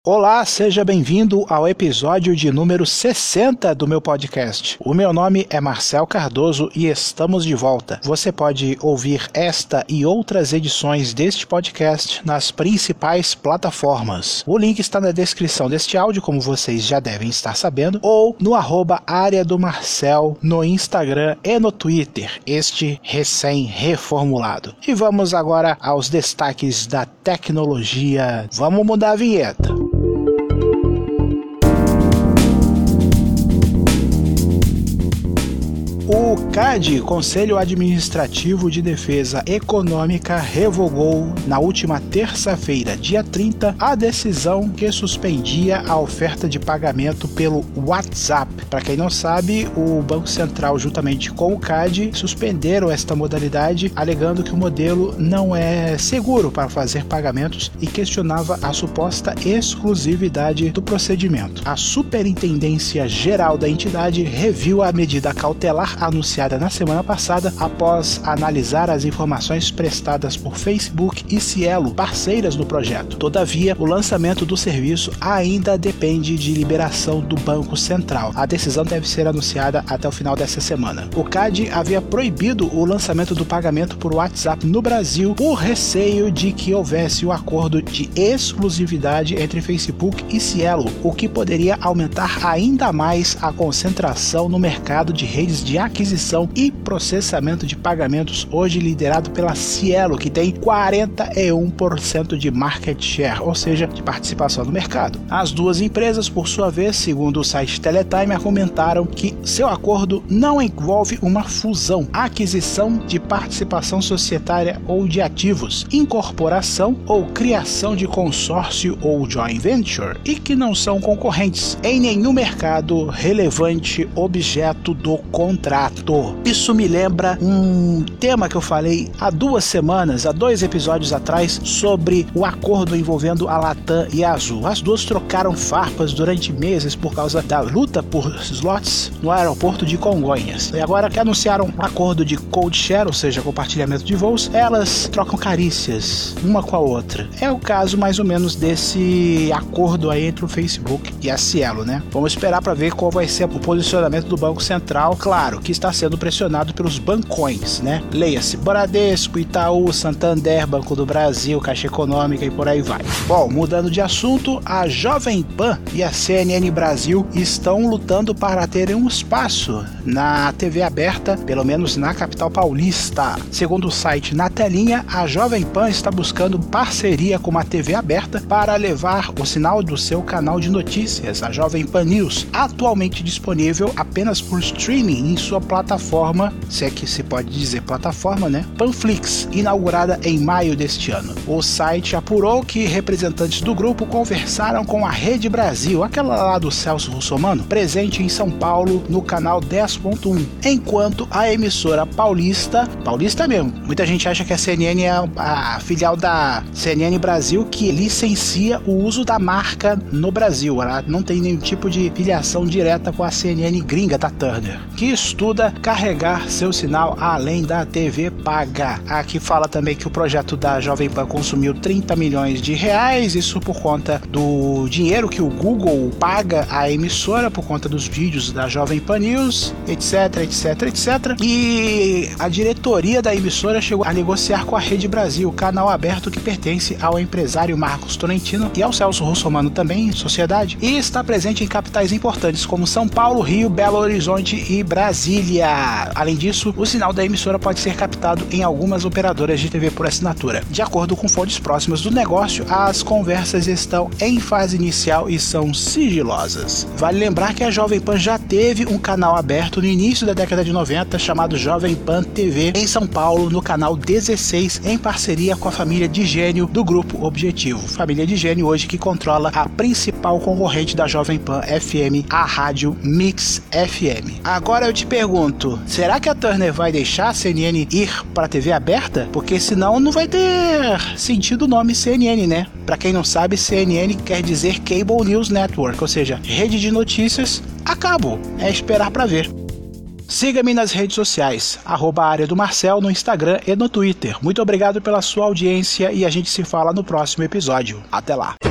Olá, seja bem-vindo ao episódio de número 60 do meu podcast. O meu nome é Marcel Cardoso e estamos de volta. Você pode ouvir esta e outras edições deste podcast nas principais plataformas. O link está na descrição deste áudio, como vocês já devem estar sabendo, ou no @área do Marcel no Instagram e no Twitter, este recém-reformulado. E vamos agora aos destaques da tecnologia. Vamos mudar a vinheta. O CAD, Conselho Administrativo de Defesa Econômica, revogou na última terça-feira, dia 30, a decisão que suspendia a oferta de pagamento pelo WhatsApp. Para quem não sabe, o Banco Central, juntamente com o CAD, suspenderam esta modalidade, alegando que o modelo não é seguro para fazer pagamentos e questionava a suposta exclusividade do procedimento. A Superintendência Geral da entidade reviu a medida cautelar anunciada na semana passada após analisar as informações prestadas por Facebook e Cielo, parceiras do projeto. Todavia, o lançamento do serviço ainda depende de liberação do Banco Central. A decisão deve ser anunciada até o final dessa semana. O CAD havia proibido o lançamento do pagamento por WhatsApp no Brasil por receio de que houvesse o acordo de exclusividade entre Facebook e Cielo, o que poderia aumentar ainda mais a concentração no mercado de redes de aquisição e processamento de pagamentos, hoje liderado pela Cielo, que tem 41% de market share, ou seja, de participação no mercado. As duas empresas, por sua vez, segundo o site Teletime, argumentaram que seu acordo não envolve uma fusão, aquisição de participação societária ou de ativos, incorporação ou criação de consórcio ou joint venture, e que não são concorrentes em nenhum mercado relevante objeto do contrato. Isso me lembra um tema que eu falei há 2 semanas, há 2 episódios atrás, sobre o acordo envolvendo a Latam e a Azul. As duas trocaram farpas durante meses por causa da luta por slots no aeroporto de Congonhas. E agora que anunciaram um acordo de code share, ou seja, compartilhamento de voos, elas trocam carícias uma com a outra. É o caso mais ou menos desse acordo aí entre o Facebook e a Cielo, né? Vamos esperar para ver qual vai ser o posicionamento do Banco Central. Claro que está sendo pressionado pelos bancões, né? Leia-se Bradesco, Itaú, Santander, Banco do Brasil, Caixa Econômica e por aí vai. Bom, mudando de assunto, a Jovem Pan e a CNN Brasil estão lutando para terem um espaço na TV aberta, pelo menos na capital paulista. Segundo o site Na Telinha, a Jovem Pan está buscando parceria com uma TV aberta para levar o sinal do seu canal de notícias, a Jovem Pan News, atualmente disponível apenas por streaming em sua plataforma, se é que se pode dizer plataforma, né? Panflix, inaugurada em maio deste ano. O site apurou que representantes do grupo conversaram com a Rede Brasil, aquela lá do Celso Russomano, presente em São Paulo no canal 10.1, enquanto a emissora paulista mesmo, muita gente acha que a CNN é a filial da CNN Brasil que licencia o uso da marca no Brasil, ela não tem nenhum tipo de filiação direta com a CNN gringa da Turner, que estuda carregar seu sinal além da TV paga. Aqui fala também que o projeto da Jovem Pan consumiu 30 milhões de reais, isso por conta do dinheiro que o Google paga à emissora por conta dos vídeos da Jovem Pan News, etc, etc, etc. E a diretoria da emissora chegou a negociar com a Rede Brasil, canal aberto que pertence ao empresário Marcos Tolentino e ao Celso Russomano também, em sociedade, e está presente em capitais importantes como São Paulo, Rio, Belo Horizonte e Brasília. Além disso, o sinal da emissora pode ser captado em algumas operadoras de TV por assinatura. De acordo com fontes próximas do negócio, as conversas estão em fase inicial e são sigilosas. Vale lembrar que a Jovem Pan já teve um canal aberto no início da década de 90 chamado Jovem Pan TV em São Paulo, no canal 16, em parceria com a família de Gênio do Grupo Objetivo. Família de Gênio hoje que controla a principal concorrente da Jovem Pan FM, a rádio Mix FM. Agora eu te pergunto, será que a Turner vai deixar a CNN ir para a TV aberta? Porque senão não vai ter sentido o nome CNN, né? Para quem não sabe, CNN quer dizer Cable News Network, ou seja, rede de notícias a cabo. É esperar para ver. Siga-me nas redes sociais, @área do Marcel no Instagram e no Twitter. Muito obrigado pela sua audiência e a gente se fala no próximo episódio. Até lá!